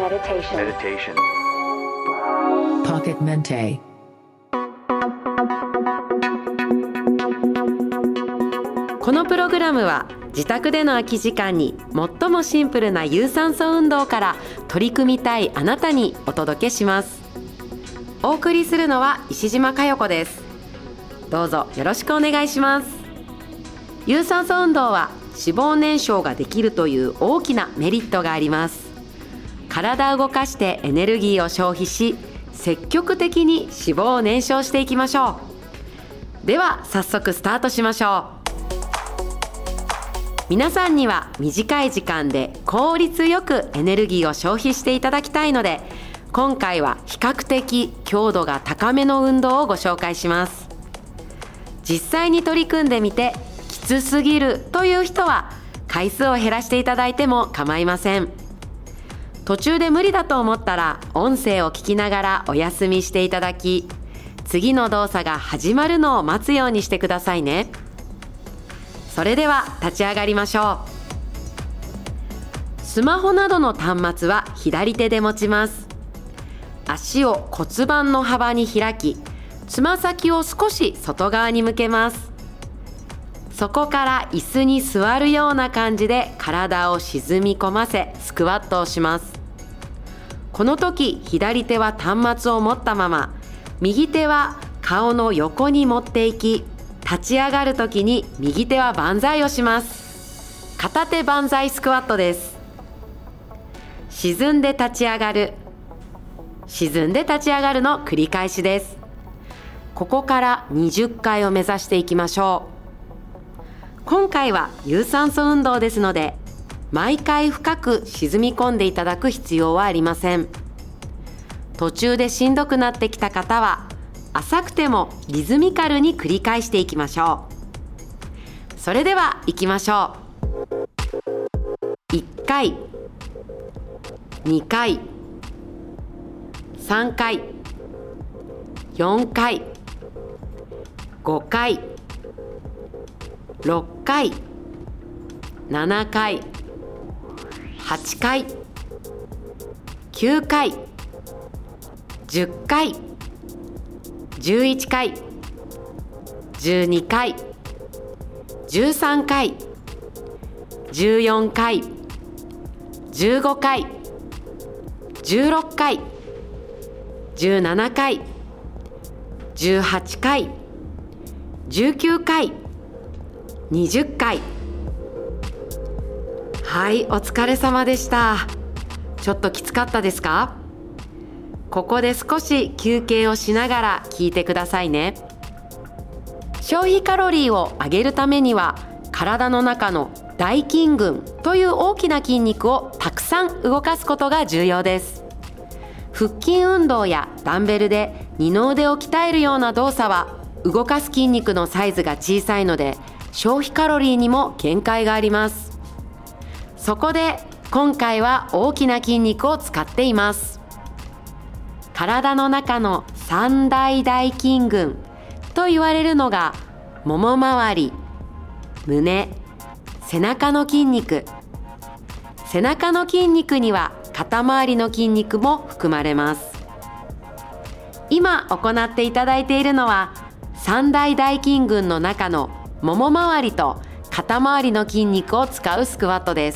Meditation. Pocket Mente。 このプログラムは自宅での空き時間に最もシンプルな有酸素運動から取り組みたいあなたにお届けします。お送りするのは石島佳代子です。どうぞよろしくお願いします。有酸素運動は脂肪燃焼ができるという大きなメリットがあります。体を動かしてエネルギーを消費し、積極的に脂肪を燃焼していきましょう。では早速スタートしましょう。皆さんには短い時間で効率よくエネルギーを消費していただきたいので、今回は比較的強度が高めの運動をご紹介します。実際に取り組んでみてきつすぎるという人は回数を減らしていただいても構いません。途中で無理だと思ったら音声を聞きながらお休みしていただき、次の動作が始まるのを待つようにしてくださいね。それでは立ち上がりましょう。スマホなどの端末は左手で持ちます。足を骨盤の幅に開き、つま先を少し外側に向けます。そこから椅子に座るような感じで体を沈み込ませスクワットをします。この時左手は端末を持ったまま、右手は顔の横に持っていき、立ち上がる時に右手は万歳をします。片手万歳スクワットです。沈んで立ち上がる、沈んで立ち上がるの繰り返しです。ここから20回を目指していきましょう。今回は有酸素運動ですので、毎回深く沈み込んでいただく必要はありません。途中でしんどくなってきた方は、浅くてもリズミカルに繰り返していきましょう。それでは行きましょう。1回、2回、3回、4回、5回、6回、7回、8回、9回、10回、11回、12回、13回、14回、15回、16回、17回、18回、19回、20回。はい、お疲れ様でした。ちょっときつかったですか？ここで少し休憩をしながら聞いてくださいね。消費カロリーを上げるためには、体の中の大筋群という大きな筋肉をたくさん動かすことが重要です。腹筋運動やダンベルで二の腕を鍛えるような動作は、動かす筋肉のサイズが小さいので、消費カロリーにも限界があります。そこで今回は大きな筋肉を使っています。体の中の三大大筋群と言われるのが、もも周り、胸、背中の筋肉。背中の筋肉には肩周りの筋肉も含まれます。今行っていただいているのは、三大大筋群の中のもも周りと肩周りの筋肉を使うスクワットです。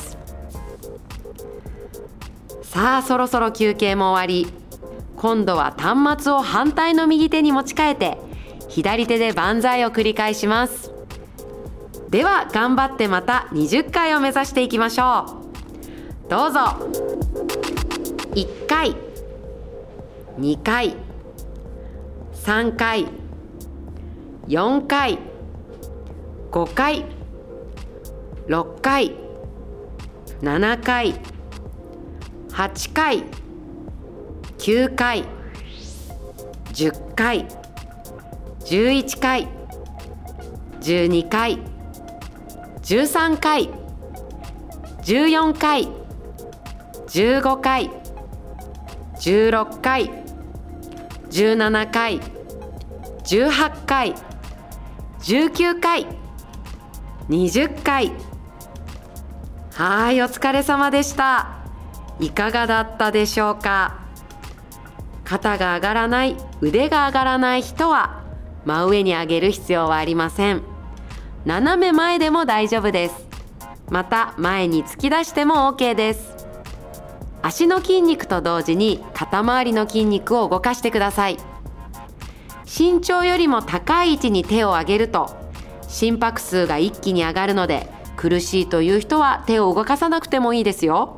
さあ、そろそろ休憩も終わり、今度は端末を反対の右手に持ち替えて、左手で万歳を繰り返します。では頑張ってまた20回を目指していきましょう。どうぞ。1回、2回、3回、4回、5回、6回、7回、8回、9回、10回、11回、12回、13回、14回、15回、16回、17回、18回、19回、20回。はい、お疲れ様でした。 いかがだったでしょうか。肩が上がらない、腕が上がらない人は真上に上げる必要はありません。斜め前でも大丈夫です。また前に突き出しても OK です。足の筋肉と同時に肩周りの筋肉を動かしてください。身長よりも高い位置に手を上げると心拍数が一気に上がるので、苦しいという人は手を動かさなくてもいいですよ。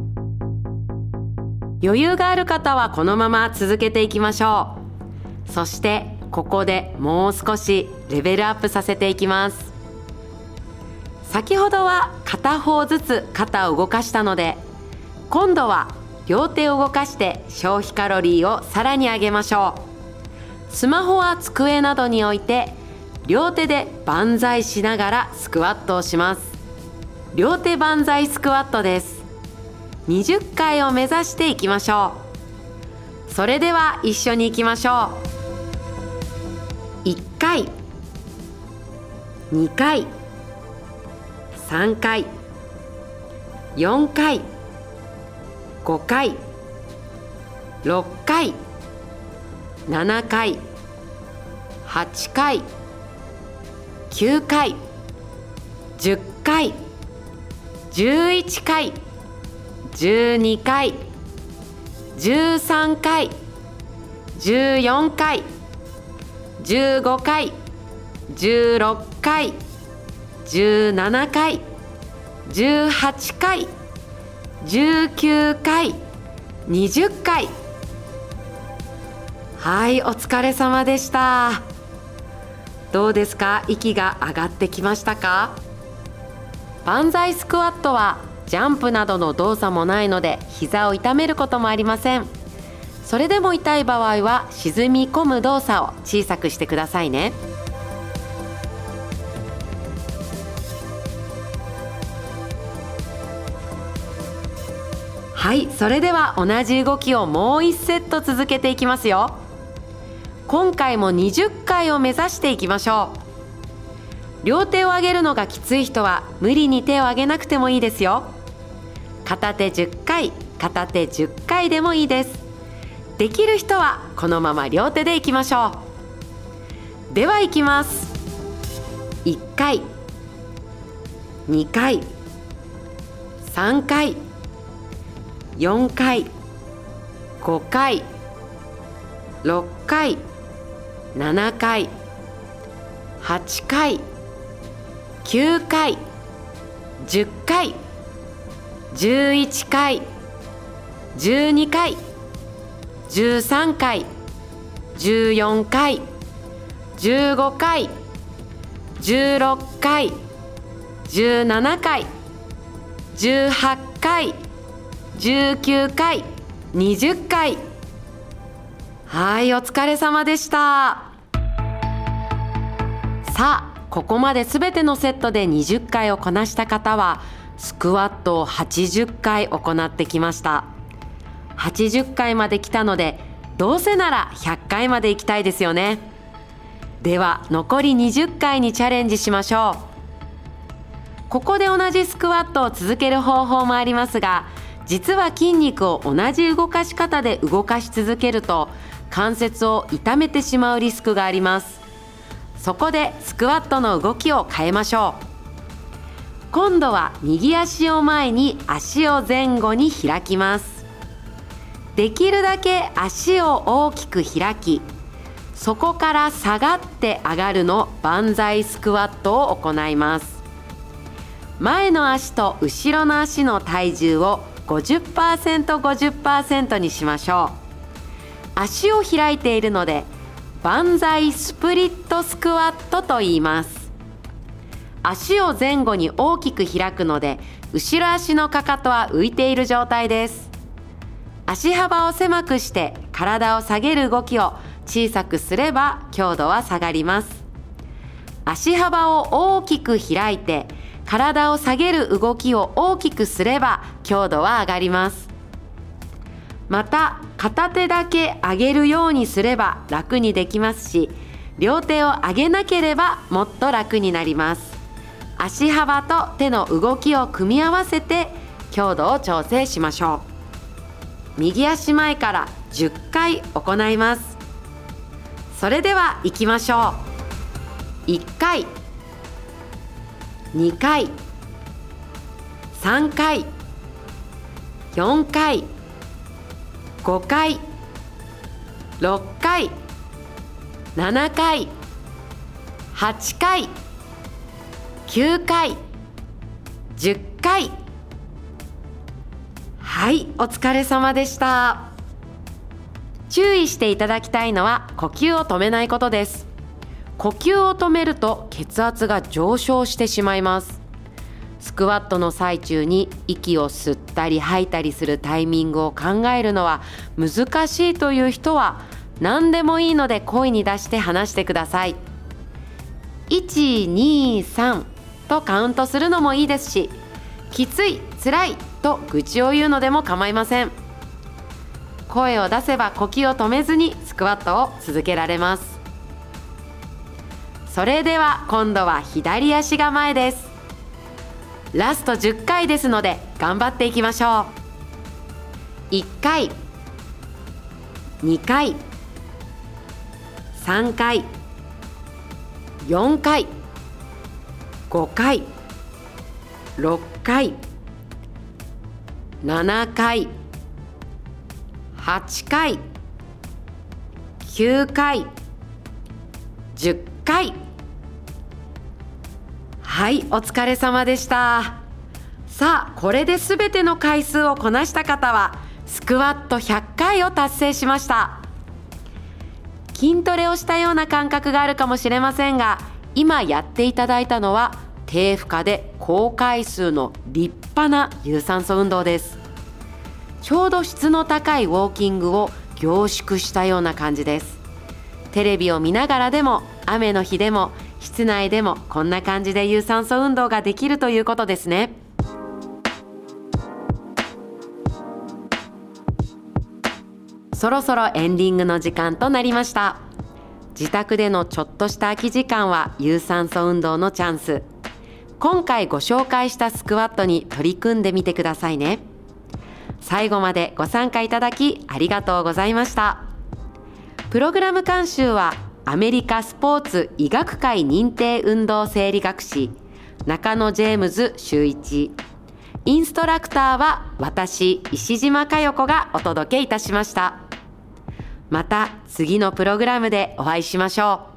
余裕がある方はこのまま続けていきましょう。そしてここでもう少しレベルアップさせていきます。先ほどは片方ずつ肩を動かしたので、今度は両手を動かして消費カロリーをさらに上げましょう。スマホは机などに置いて、両手で万歳しながらスクワットをします。両手万歳スクワットです。20回を目指していきましょう。それでは一緒にいきましょう。1回、2回、3回、4回、5回、6回、7回、8回、9回、10回、11回、12回、13回、14回、15回、16回、17回、18回、19回、20回。はい、お疲れ様でした。どうですか？息が上がってきましたか？万歳スクワットはジャンプなどの動作もないので膝を痛めることもありません。それでも痛い場合は沈み込む動作を小さくしてくださいね。はい、それでは同じ動きをもう1セット続けていきますよ。今回も20回を目指していきましょう。両手を上げるのがきつい人は無理に手を上げなくてもいいですよ。片手10回、片手10回でもいいです。できる人はこのまま両手でいきましょう。ではいきます。1回、2回、3回、4回、5回、6回、7回、8回、9回、10回、11回、12回、13回、14回、15回、16回、17回、18回、19回、20回。はい、お疲れ様でした。さあ、ここまで全てのセットで20回をこなした方はスクワットを80回行ってきました。80回まで来たので、どうせなら100回まで行きたいですよね。では残り20回にチャレンジしましょう。ここで同じスクワットを続ける方法もありますが、実は筋肉を同じ動かし方で動かし続けると関節を痛めてしまうリスクがあります。そこでスクワットの動きを変えましょう。今度は右足を前に足を前後に開きます。できるだけ足を大きく開き、そこから下がって上がるの万歳スクワットを行います。前の足と後ろの足の体重を 50%、50% にしましょう。足を開いているので万歳スプリットスクワットと言います。足を前後に大きく開くので後ろ足のかかとは浮いている状態です。足幅を狭くして体を下げる動きを小さくすれば強度は下がります。足幅を大きく開いて体を下げる動きを大きくすれば強度は上がります。また片手だけ上げるようにすれば楽にできますし、両手を上げなければもっと楽になります。足幅と手の動きを組み合わせて強度を調整しましょう。 右足前から10回行います。それでは行きましょう。1回、2回、3回、4回、5回、6回、7回、8回、9回、10回。はい、お疲れ様でした。注意していただきたいのは呼吸を止めないことです。呼吸を止めると血圧が上昇してしまいます。スクワットの最中に息を吸ったり吐いたりするタイミングを考えるのは難しいという人は何でもいいので声に出して話してください。1、2、3とカウントするのもいいですし、きつい、つらいと愚痴を言うのでも構いません。声を出せば呼吸を止めずにスクワットを続けられます。それでは今度は左足が前です。ラスト10回ですので頑張っていきましょう。1回、2回、3回、4回、5回、6回、7回、8回、9回、10回。はい、お疲れ様でした。さあ、これで全ての回数をこなした方はスクワット100回を達成しました。筋トレをしたような感覚があるかもしれませんが、今やっていただいたのは低負荷で高回数の立派な有酸素運動です。ちょうど質の高いウォーキングを凝縮したような感じです。テレビを見ながらでも雨の日でも室内でもこんな感じで有酸素運動ができるということですね。そろそろエンディングの時間となりました。自宅でのちょっとした空き時間は有酸素運動のチャンス。今回ご紹介したスクワットに取り組んでみてくださいね。最後までご参加いただきありがとうございました。プログラム監修はアメリカスポーツ医学会認定運動生理学士中野ジェームズ修一、インストラクターは私石島佳代子がお届けいたしました。また次のプログラムでお会いしましょう。